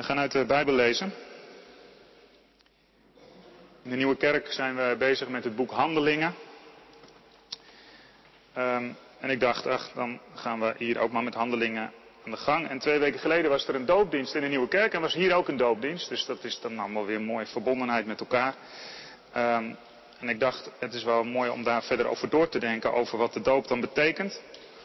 We gaan uit de Bijbel lezen. In de Nieuwe Kerk zijn we bezig met het boek Handelingen. En ik dacht, dan gaan we hier ook maar met Handelingen aan de gang. En 2 weken geleden was er een doopdienst in de Nieuwe Kerk en was hier ook een doopdienst. Dus dat is dan allemaal weer een mooie verbondenheid met elkaar. En ik dacht, het is wel mooi om daar verder over door te denken, over wat de doop dan betekent.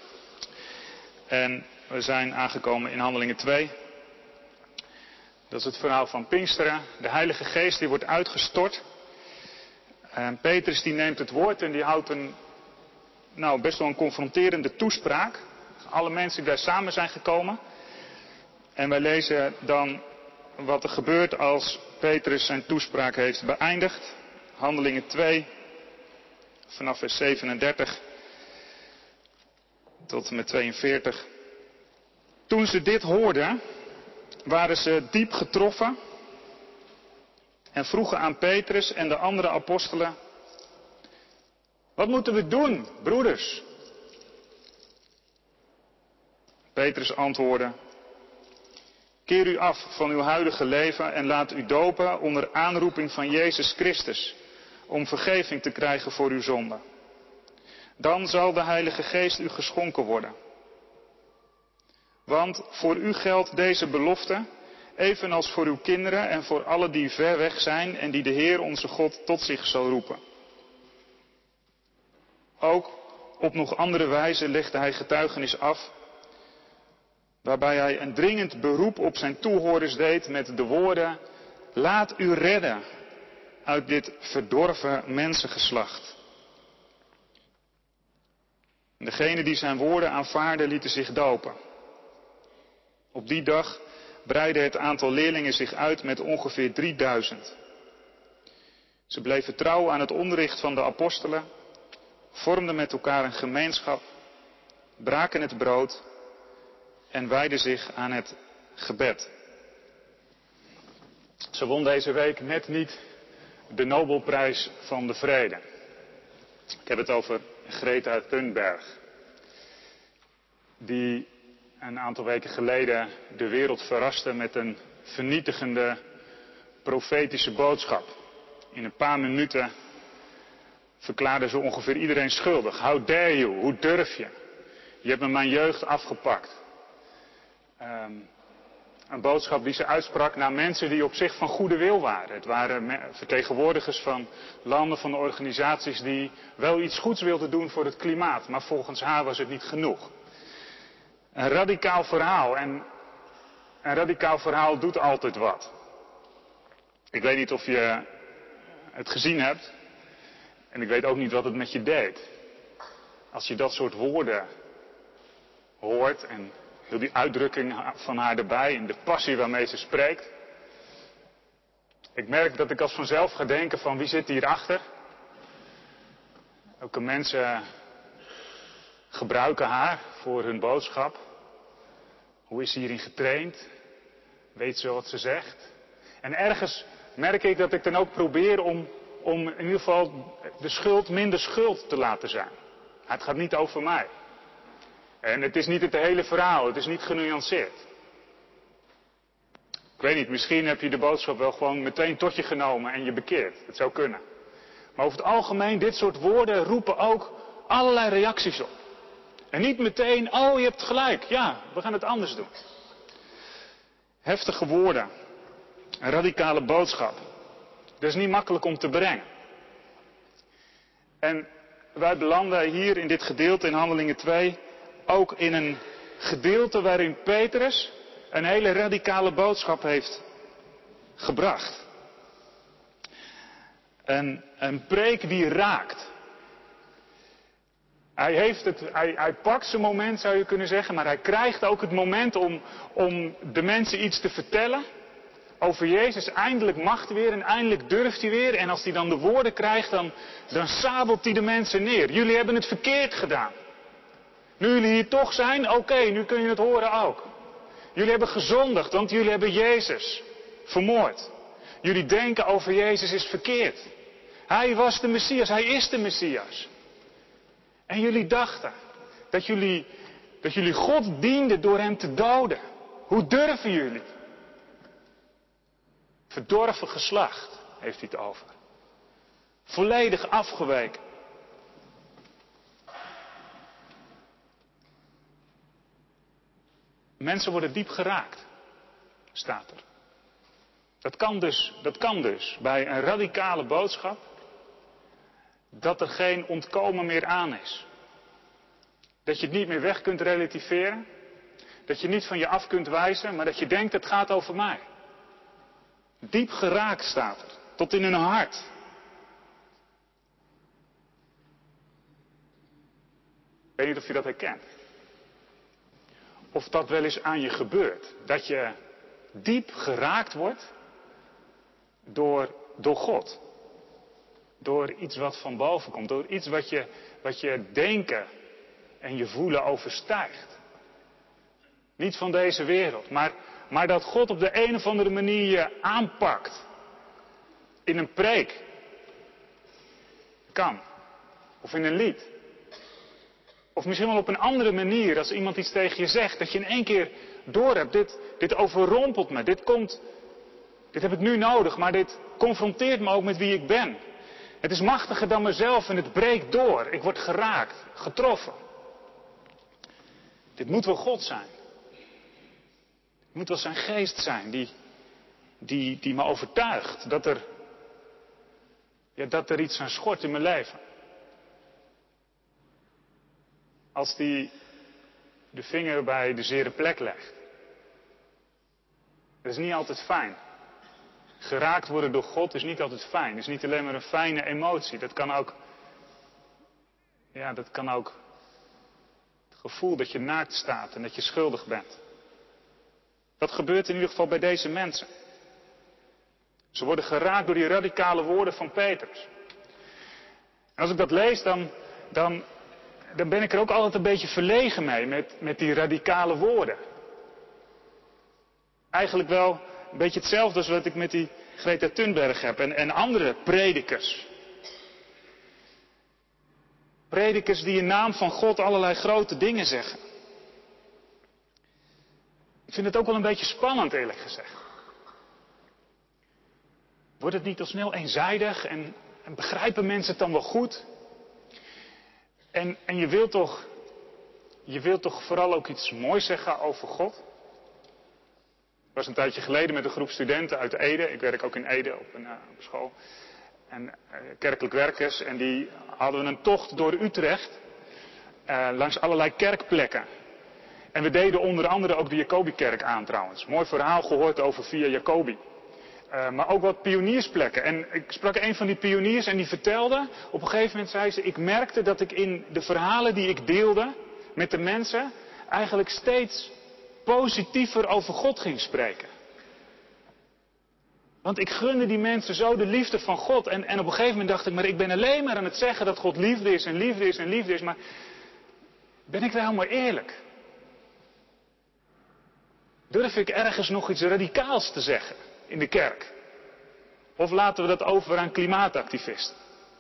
En we zijn aangekomen in Handelingen 2. Dat is het verhaal van Pinksteren. De Heilige Geest die wordt uitgestort. En Petrus die neemt het woord en die houdt best wel een confronterende toespraak. Alle mensen die daar samen zijn gekomen. En wij lezen dan wat er gebeurt als Petrus zijn toespraak heeft beëindigd. Handelingen 2, vanaf vers 37 tot en met 42. Toen ze dit hoorden, waren ze diep getroffen en vroegen aan Petrus en de andere apostelen: wat moeten we doen, broeders? Petrus antwoordde: keer u af van uw huidige leven en laat u dopen onder aanroeping van Jezus Christus, om vergeving te krijgen voor uw zonden. Dan zal de Heilige Geest u geschonken worden. Want voor u geldt deze belofte, evenals voor uw kinderen en voor alle die ver weg zijn en die de Heer onze God tot zich zal roepen. Ook op nog andere wijze legde hij getuigenis af, waarbij hij een dringend beroep op zijn toehoorders deed met de woorden: laat u redden uit dit verdorven mensengeslacht. Degenen die zijn woorden aanvaarden lieten zich dopen. Op die dag breidde het aantal leerlingen zich uit met ongeveer 3000. Ze bleven trouw aan het onderricht van de apostelen, vormden met elkaar een gemeenschap, braken het brood en wijden zich aan het gebed. Ze won deze week net niet de Nobelprijs van de Vrede. Ik heb het over Greta Thunberg, die een aantal weken geleden de wereld verraste met een vernietigende profetische boodschap. In een paar minuten verklaarde ze ongeveer iedereen schuldig. How dare you? Hoe durf je? Je hebt me mijn jeugd afgepakt. Een boodschap die ze uitsprak naar mensen die op zich van goede wil waren. Het waren vertegenwoordigers van landen, van organisaties die wel iets goeds wilden doen voor het klimaat. Maar volgens haar was het niet genoeg. Een radicaal verhaal. En een radicaal verhaal doet altijd wat. Ik weet niet of je het gezien hebt. En ik weet ook niet wat het met je deed. Als je dat soort woorden hoort en heel die uitdrukking van haar erbij en de passie waarmee ze spreekt. Ik merk dat ik als vanzelf ga denken van wie zit hierachter? Welke mensen gebruiken haar voor hun boodschap? Hoe is ze hierin getraind? Weet ze wat ze zegt? En ergens merk ik dat ik dan ook probeer om in ieder geval de schuld minder schuld te laten zijn. Het gaat niet over mij. En het is niet het hele verhaal, het is niet genuanceerd. Ik weet niet, misschien heb je de boodschap wel gewoon meteen tot je genomen en je bekeerd. Het zou kunnen. Maar over het algemeen, dit soort woorden roepen ook allerlei reacties op. En niet meteen, oh je hebt gelijk, ja, we gaan het anders doen. Heftige woorden, een radicale boodschap. Dat is niet makkelijk om te brengen. En wij belanden hier in dit gedeelte in Handelingen 2... ook in een gedeelte waarin Petrus een hele radicale boodschap heeft gebracht. Een preek die raakt. Hij pakt zijn moment, zou je kunnen zeggen, maar hij krijgt ook het moment om de mensen iets te vertellen over Jezus. Eindelijk mag hij weer en eindelijk durft hij weer. En als hij dan de woorden krijgt, dan sabelt hij de mensen neer. Jullie hebben het verkeerd gedaan. Nu jullie hier toch zijn, oké, nu kun je het horen ook. Jullie hebben gezondigd, want jullie hebben Jezus vermoord. Jullie denken over Jezus is verkeerd. Hij was de Messias, hij is de Messias. En jullie dachten dat jullie God dienden door hem te doden. Hoe durven jullie? Verdorven geslacht heeft hij het over. Volledig afgeweken. Mensen worden diep geraakt, staat er. Dat kan dus bij een radicale boodschap, dat er geen ontkomen meer aan is. Dat je het niet meer weg kunt relativeren, dat je niet van je af kunt wijzen, maar dat je denkt, het gaat over mij. Diep geraakt staat er, tot in hun hart. Ik weet niet of je dat herkent. Of dat wel eens aan je gebeurt. Dat je diep geraakt wordt door God. Door iets wat van boven komt. Door iets wat je denken en je voelen overstijgt. Niet van deze wereld. Maar dat God op de een of andere manier je aanpakt. In een preek. Kan. Of in een lied. Of misschien wel op een andere manier, als iemand iets tegen je zegt, dat je in één keer doorhebt, dit overrompelt me, dit heb ik nu nodig, maar dit confronteert me ook met wie ik ben. Het is machtiger dan mezelf en het breekt door. Ik word geraakt, getroffen. Dit moet wel God zijn. Het moet wel zijn geest zijn die me overtuigt dat er iets aan schort in mijn leven. Als die de vinger bij de zere plek legt. Dat is niet altijd fijn. Geraakt worden door God is niet altijd fijn. Het is niet alleen maar een fijne emotie. Dat kan ook het gevoel dat je naakt staat en dat je schuldig bent. Dat gebeurt in ieder geval bij deze mensen. Ze worden geraakt door die radicale woorden van Petrus. En als ik dat lees, dan ben ik er ook altijd een beetje verlegen mee met die radicale woorden. Eigenlijk wel een beetje hetzelfde als wat ik met die Greta Thunberg heb en andere predikers. Predikers die in naam van God allerlei grote dingen zeggen. Ik vind het ook wel een beetje spannend, eerlijk gezegd. Wordt het niet al snel eenzijdig en begrijpen mensen het dan wel goed? En je wilt toch vooral ook iets moois zeggen over God? Ik was een tijdje geleden met een groep studenten uit Ede. Ik werk ook in Ede op school. En kerkelijk werkers. En die hadden een tocht door Utrecht. Langs allerlei kerkplekken. En we deden onder andere ook de Jacobikerk aan trouwens. Mooi verhaal gehoord over Via Jacobi. Maar ook wat pioniersplekken. En ik sprak een van die pioniers en die vertelde, op een gegeven moment zei ze, ik merkte dat ik in de verhalen die ik deelde met de mensen, eigenlijk steeds positiever over God ging spreken. Want ik gunde die mensen zo de liefde van God. En op een gegeven moment dacht ik, maar ik ben alleen maar aan het zeggen dat God liefde is en liefde is en liefde is. Maar ben ik wel helemaal eerlijk? Durf ik ergens nog iets radicaals te zeggen in de kerk? Of laten we dat over aan klimaatactivisten?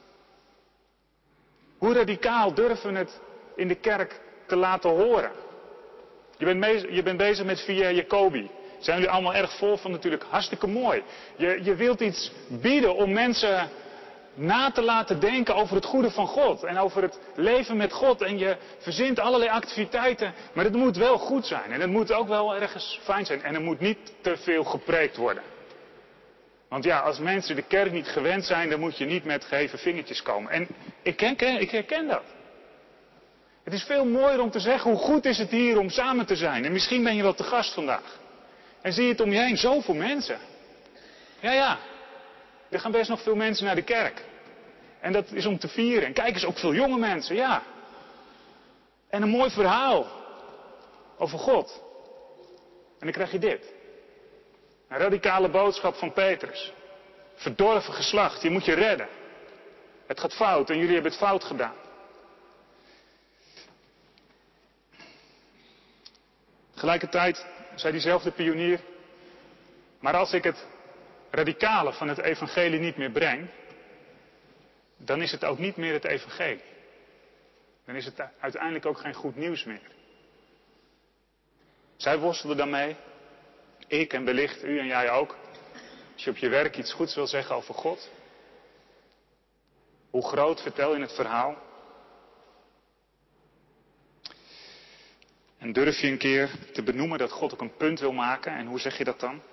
Hoe radicaal durven we het in de kerk te laten horen? Je bent bezig met Via Jacobi. Zijn jullie allemaal erg vol van natuurlijk. Hartstikke mooi. Je wilt iets bieden om mensen na te laten denken over het goede van God. En over het leven met God. En je verzint allerlei activiteiten. Maar het moet wel goed zijn. En het moet ook wel ergens fijn zijn. En er moet niet te veel gepreekt worden. Want ja, als mensen de kerk niet gewend zijn, dan moet je niet met geheven vingertjes komen. En ik herken dat. Het is veel mooier om te zeggen hoe goed is het hier om samen te zijn. En misschien ben je wel te gast vandaag. En zie je het om je heen, zoveel mensen. Ja, er gaan best nog veel mensen naar de kerk. En dat is om te vieren. En kijk eens, ook veel jonge mensen, ja. En een mooi verhaal over God. En dan krijg je dit. Een radicale boodschap van Petrus. Verdorven geslacht, je moet je redden. Het gaat fout en jullie hebben het fout gedaan. Tegelijkertijd zei diezelfde pionier, maar als ik het radicale van het evangelie niet meer breng, dan is het ook niet meer het evangelie. Dan is het uiteindelijk ook geen goed nieuws meer. Zij worstelden daarmee, ik en wellicht u en jij ook. Als je op je werk iets goeds wil zeggen over God? Hoe groot vertel je het verhaal? En durf je een keer te benoemen dat God ook een punt wil maken? En hoe zeg je dat dan?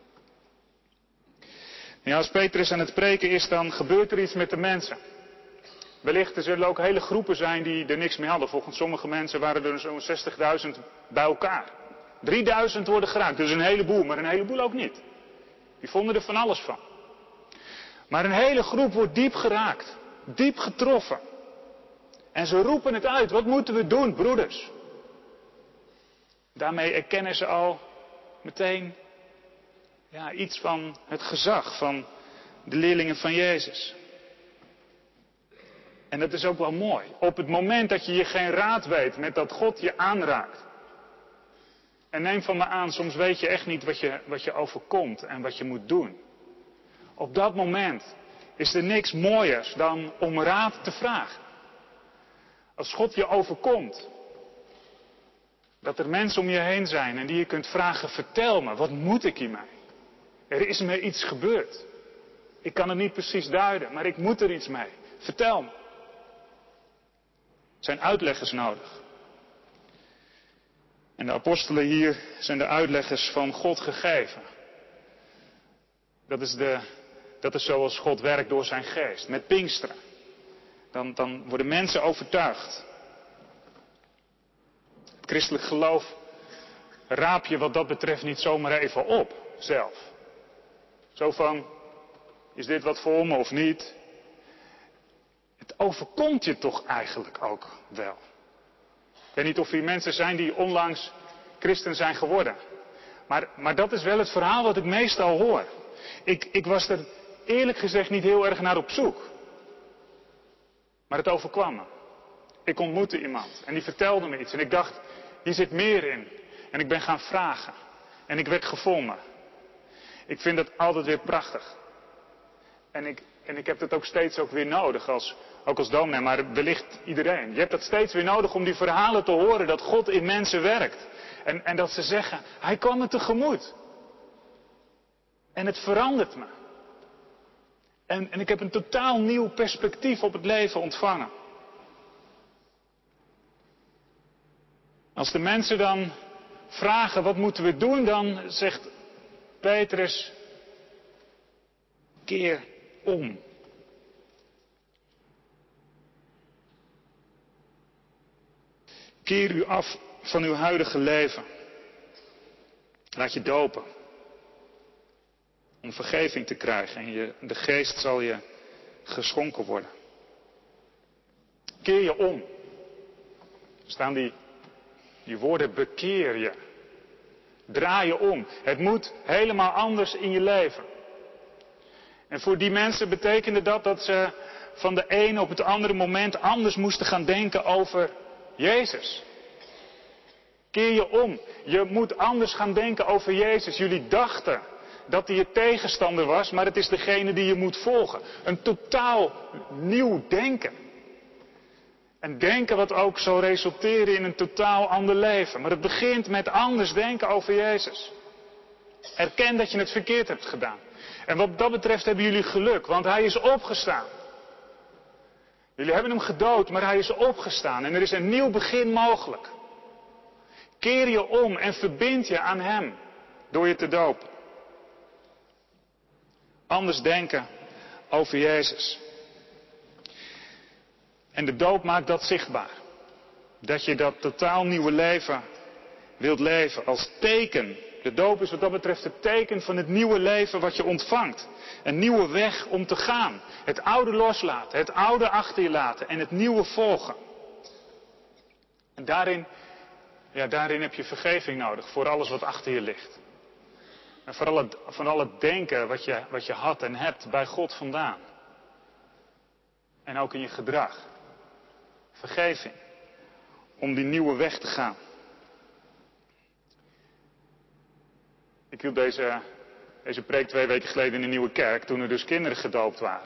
Ja, als Petrus aan het spreken is, dan gebeurt er iets met de mensen. Wellicht er zullen ook hele groepen zijn die er niks mee hadden. Volgens sommige mensen waren er zo'n 60.000 bij elkaar. 3.000 worden geraakt, dus een heleboel, maar een heleboel ook niet. Die vonden er van alles van. Maar een hele groep wordt diep geraakt, diep getroffen. En ze roepen het uit, wat moeten we doen, broeders? Daarmee erkennen ze al meteen iets van het gezag van de leerlingen van Jezus. En dat is ook wel mooi. Op het moment dat je geen raad weet met dat God je aanraakt. En neem van me aan, soms weet je echt niet wat je overkomt en wat je moet doen. Op dat moment is er niks mooiers dan om raad te vragen. Als God je overkomt. Dat er mensen om je heen zijn en die je kunt vragen, vertel me, wat moet ik hiermee? Er is me iets gebeurd. Ik kan het niet precies duiden, maar ik moet er iets mee. Vertel me. Er zijn uitleggers nodig. En de apostelen hier zijn de uitleggers van God gegeven. Dat is zoals God werkt door zijn geest. Met Pinksteren. Dan worden mensen overtuigd. Het christelijk geloof raap je wat dat betreft niet zomaar even op zelf. Zo van, is dit wat voor me of niet? Het overkomt je toch eigenlijk ook wel. Ik weet niet of hier mensen zijn die onlangs christen zijn geworden. Maar dat is wel het verhaal wat ik meestal hoor. Ik was er eerlijk gezegd niet heel erg naar op zoek. Maar het overkwam me. Ik ontmoette iemand en die vertelde me iets. En ik dacht, hier zit meer in. En ik ben gaan vragen. En ik werd gevonden. Ik vind dat altijd weer prachtig. En ik heb dat ook steeds weer nodig, ook als dominee, maar wellicht iedereen. Je hebt dat steeds weer nodig om die verhalen te horen dat God in mensen werkt. En dat ze zeggen, hij kwam me tegemoet. En het verandert me. En ik heb een totaal nieuw perspectief op het leven ontvangen. Als de mensen dan vragen, wat moeten we doen, dan zegt Petrus, keer om. Keer u af van uw huidige leven. Laat je dopen. Om vergeving te krijgen. En de geest zal je geschonken worden. Keer je om. Er staan die woorden, bekeer je. Draai je om. Het moet helemaal anders in je leven. En voor die mensen betekende dat ze van de ene op het andere moment anders moesten gaan denken over Jezus. Keer je om. Je moet anders gaan denken over Jezus. Jullie dachten dat hij je tegenstander was, maar het is degene die je moet volgen. Een totaal nieuw denken. Een denken wat ook zal resulteren in een totaal ander leven. Maar het begint met anders denken over Jezus. Erken dat je het verkeerd hebt gedaan. En wat dat betreft hebben jullie geluk, want hij is opgestaan. Jullie hebben hem gedood, maar hij is opgestaan. En er is een nieuw begin mogelijk. Keer je om en verbind je aan hem door je te dopen. Anders denken over Jezus. En de doop maakt dat zichtbaar. Dat je dat totaal nieuwe leven wilt leven als teken. De doop is wat dat betreft het teken van het nieuwe leven wat je ontvangt. Een nieuwe weg om te gaan. Het oude loslaten, het oude achter je laten en het nieuwe volgen. En daarin heb je vergeving nodig voor alles wat achter je ligt. En voor al het denken wat je had en hebt bij God vandaan. En ook in je gedrag. Vergeving. Om die nieuwe weg te gaan. Ik hield deze preek 2 weken geleden in de Nieuwe Kerk, toen er dus kinderen gedoopt waren.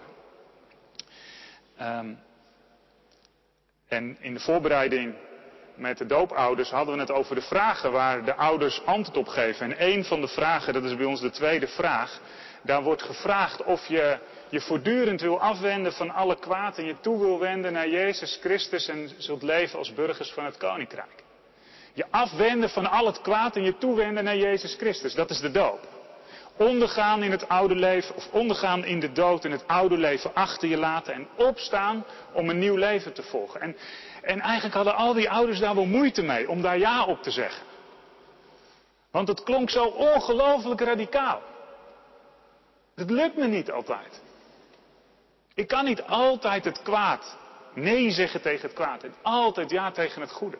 En in de voorbereiding met de doopouders hadden we het over de vragen waar de ouders antwoord op geven. En een van de vragen, dat is bij ons de tweede vraag, Daar wordt gevraagd of je je voortdurend wil afwenden van alle kwaad en je toe wil wenden naar Jezus Christus en zult leven als burgers van het Koninkrijk. Je afwenden van al het kwaad en je toewenden naar Jezus Christus. Dat is de doop. Ondergaan in het oude leven of ondergaan in de dood en het oude leven achter je laten en opstaan om een nieuw leven te volgen. En eigenlijk hadden al die ouders daar wel moeite mee om daar ja op te zeggen. Want het klonk zo ongelooflijk radicaal. Het lukt me niet altijd. Ik kan niet altijd het kwaad nee zeggen tegen het kwaad en altijd ja tegen het goede.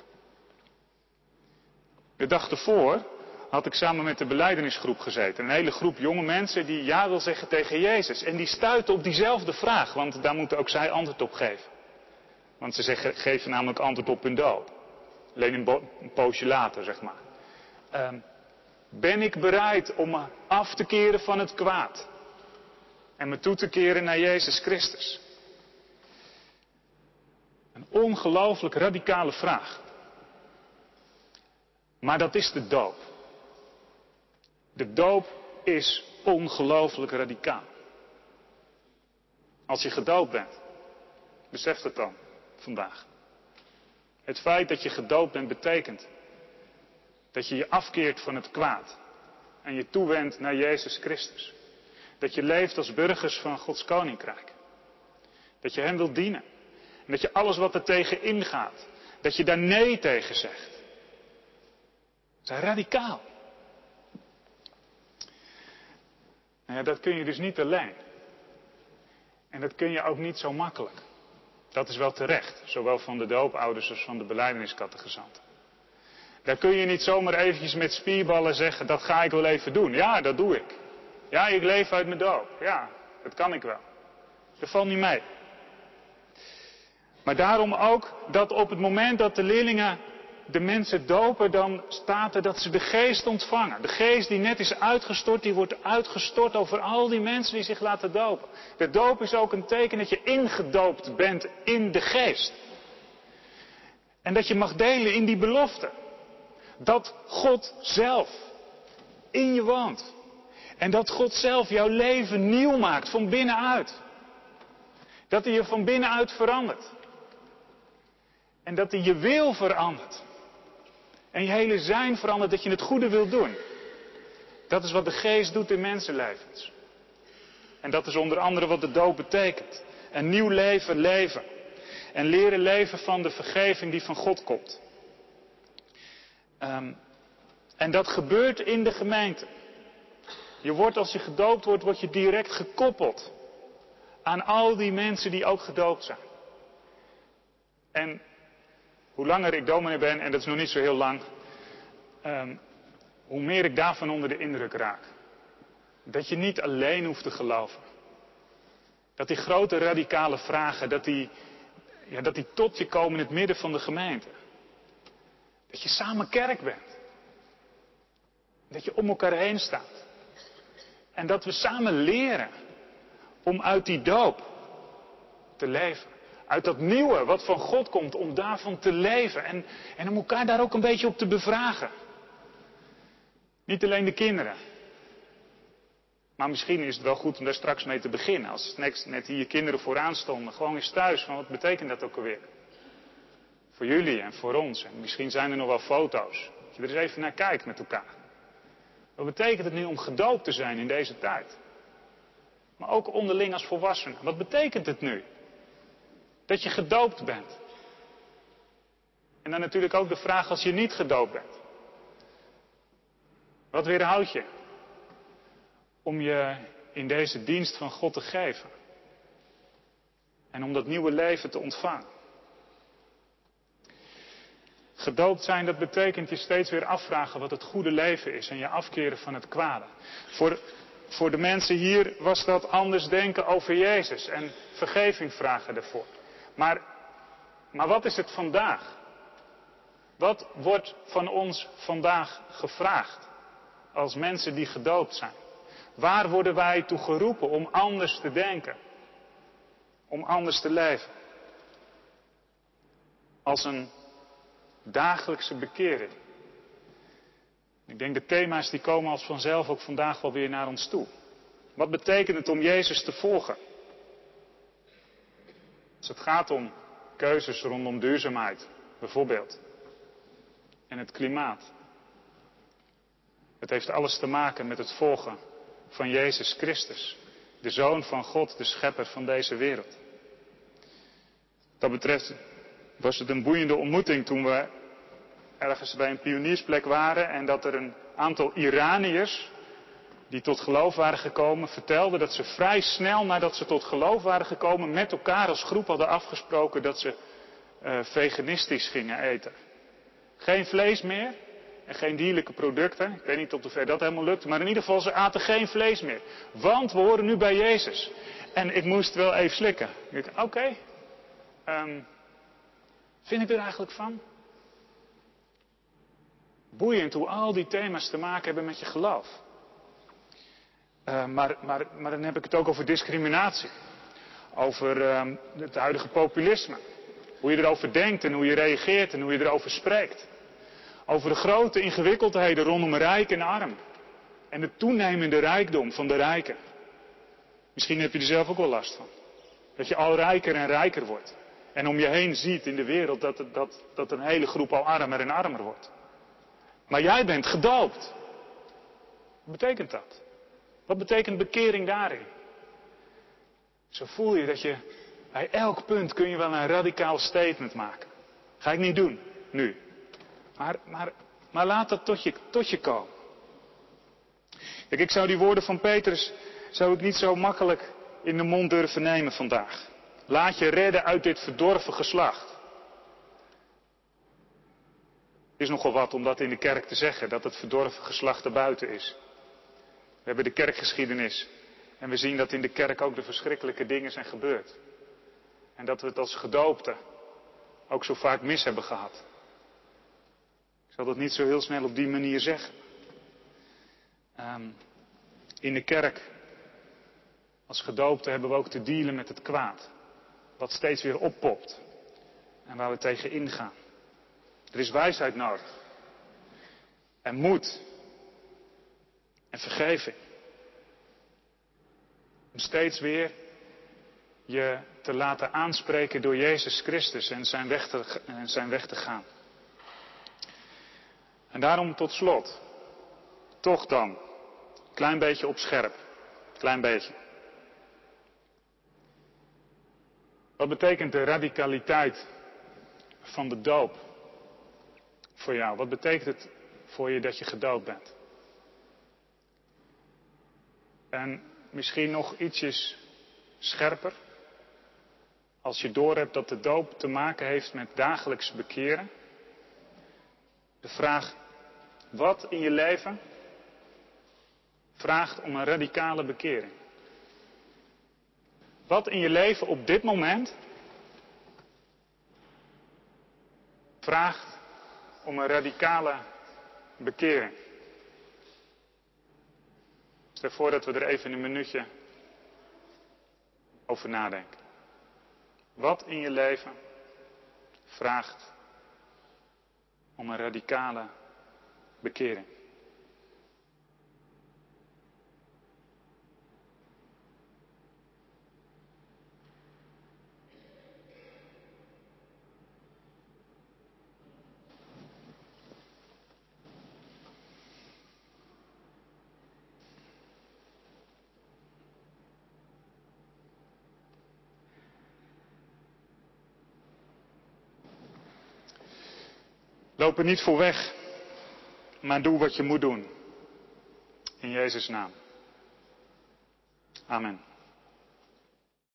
De dag ervoor had ik samen met de belijdenisgroep gezeten. Een hele groep jonge mensen die ja wil zeggen tegen Jezus. En die stuiten op diezelfde vraag, want daar moeten ook zij antwoord op geven. Want ze geven namelijk antwoord op hun doop. Alleen een poosje later, zeg maar. Ben ik bereid om me af te keren van het kwaad? En me toe te keren naar Jezus Christus? Een ongelooflijk radicale vraag. Maar dat is de doop. De doop is ongelooflijk radicaal. Als je gedoopt bent, besef het dan vandaag. Het feit dat je gedoopt bent betekent dat je je afkeert van het kwaad en je toewendt naar Jezus Christus. Dat je leeft als burgers van Gods Koninkrijk. Dat je Hem wilt dienen. En dat je alles wat er tegen ingaat, dat je daar nee tegen zegt. Dat is radicaal. Nou ja, dat kun je dus niet alleen. En dat kun je ook niet zo makkelijk. Dat is wel terecht, zowel van de doopouders als van de belijdeniscatechisanten. Daar kun je niet zomaar eventjes met spierballen zeggen, dat ga ik wel even doen. Ja, dat doe ik. Ja, ik leef uit mijn doop. Ja, dat kan ik wel. Dat valt niet mee. Maar daarom ook dat op het moment dat de leerlingen de mensen dopen, dan staat er dat ze de geest ontvangen. De geest die net is uitgestort, die wordt uitgestort over al die mensen die zich laten dopen. De doop is ook een teken dat je ingedoopt bent in de geest. En dat je mag delen in die belofte. Dat God zelf in je woont. En dat God zelf jouw leven nieuw maakt van binnenuit. Dat hij je van binnenuit verandert. En dat hij je wil verandert. En je hele zijn verandert, dat je het goede wilt doen. Dat is wat de geest doet in mensenlevens. En dat is onder andere wat de doop betekent. Een nieuw leven leven. En leren leven van de vergeving die van God komt. En dat gebeurt in de gemeente. Je wordt, als je gedoopt wordt, word je direct gekoppeld aan al die mensen die ook gedoopt zijn. En hoe langer ik dominee ben, en dat is nog niet zo heel lang, hoe meer ik daarvan onder de indruk raak. Dat je niet alleen hoeft te geloven. Dat die grote radicale vragen, dat die tot je komen in het midden van de gemeente. Dat je samen kerk bent. Dat je om elkaar heen staat. En dat we samen leren om uit die doop te leven. Uit dat nieuwe wat van God komt, om daarvan te leven. En om elkaar daar ook een beetje op te bevragen. Niet alleen de kinderen. Maar misschien is het wel goed om daar straks mee te beginnen. Als net hier je kinderen vooraan stonden. Gewoon eens thuis, van wat betekent dat ook alweer? Voor jullie en voor ons. En misschien zijn er nog wel foto's. Dat je er eens even naar kijkt met elkaar. Wat betekent het nu om gedoopt te zijn in deze tijd? Maar ook onderling als volwassenen. Wat betekent het nu? Dat je gedoopt bent. En dan natuurlijk ook de vraag als je niet gedoopt bent. Wat weerhoudt je? Om je in deze dienst van God te geven. En om dat nieuwe leven te ontvangen. Gedoopt zijn, dat betekent je steeds weer afvragen wat het goede leven is. En je afkeren van het kwade. Voor de mensen hier was dat anders denken over Jezus. En vergeving vragen daarvoor. Maar wat is het vandaag? Wat wordt van ons vandaag gevraagd? Als mensen die gedoopt zijn. Waar worden wij toe geroepen om anders te denken? Om anders te leven? Als een dagelijkse bekering. Ik denk de thema's die komen als vanzelf ook vandaag wel weer naar ons toe. Wat betekent het om Jezus te volgen? Als het gaat om keuzes rondom duurzaamheid, bijvoorbeeld. En het klimaat. Het heeft alles te maken met het volgen van Jezus Christus. De Zoon van God, de schepper van deze wereld. Dat betreft was het een boeiende ontmoeting toen we ergens bij een pioniersplek waren en dat er een aantal Iraniërs die tot geloof waren gekomen vertelden dat ze vrij snel nadat ze tot geloof waren gekomen met elkaar als groep hadden afgesproken dat ze veganistisch gingen eten. Geen vlees meer en geen dierlijke producten. Ik weet niet tot hoever dat helemaal lukt, maar in ieder geval ze aten geen vlees meer. Want we horen nu bij Jezus. En ik moest wel even slikken. Ik dacht, oké. Vind ik er eigenlijk van? Boeiend hoe al die thema's te maken hebben met je geloof. Maar dan heb ik het ook over discriminatie. Over het huidige populisme. Hoe je erover denkt en hoe je reageert en hoe je erover spreekt. Over de grote ingewikkeldheden rondom rijk en arm. En de toenemende rijkdom van de rijken. Misschien heb je er zelf ook wel last van. Dat je al rijker en rijker wordt. En om je heen ziet in de wereld dat een hele groep al armer en armer wordt. Maar jij bent gedoopt. Wat betekent dat? Wat betekent bekering daarin? Zo voel je dat je bij elk punt kun je wel een radicaal statement maken. Ga ik niet doen, nu. Maar laat dat tot je komen. Kijk, ik zou die woorden van Petrus niet zo makkelijk in de mond durven nemen vandaag. Laat je redden uit dit verdorven geslacht. Het is nogal wat om dat in de kerk te zeggen, dat het verdorven geslacht erbuiten is. We hebben de kerkgeschiedenis en we zien dat in de kerk ook de verschrikkelijke dingen zijn gebeurd. En dat we het als gedoopten ook zo vaak mis hebben gehad. Ik zal dat niet zo heel snel op die manier zeggen. In de kerk, als gedoopten, hebben we ook te dealen met het kwaad. Wat steeds weer oppopt. En waar we tegen ingaan. Er is wijsheid nodig. En moed. En vergeving. Om steeds weer je te laten aanspreken door Jezus Christus en zijn weg te gaan. En daarom tot slot. Toch dan. Klein beetje op scherp. Klein beetje. Wat betekent de radicaliteit van de doop voor jou? Wat betekent het voor je dat je gedoopt bent? En misschien nog ietsjes scherper. Als je doorhebt dat de doop te maken heeft met dagelijks bekeren. De vraag, wat in je leven vraagt om een radicale bekering? Wat in je leven op dit moment vraagt om een radicale bekering? Stel voor dat we er even een minuutje over nadenken. Wat in je leven vraagt om een radicale bekering? Loop er niet voor weg, maar doe wat je moet doen. In Jezus' naam. Amen.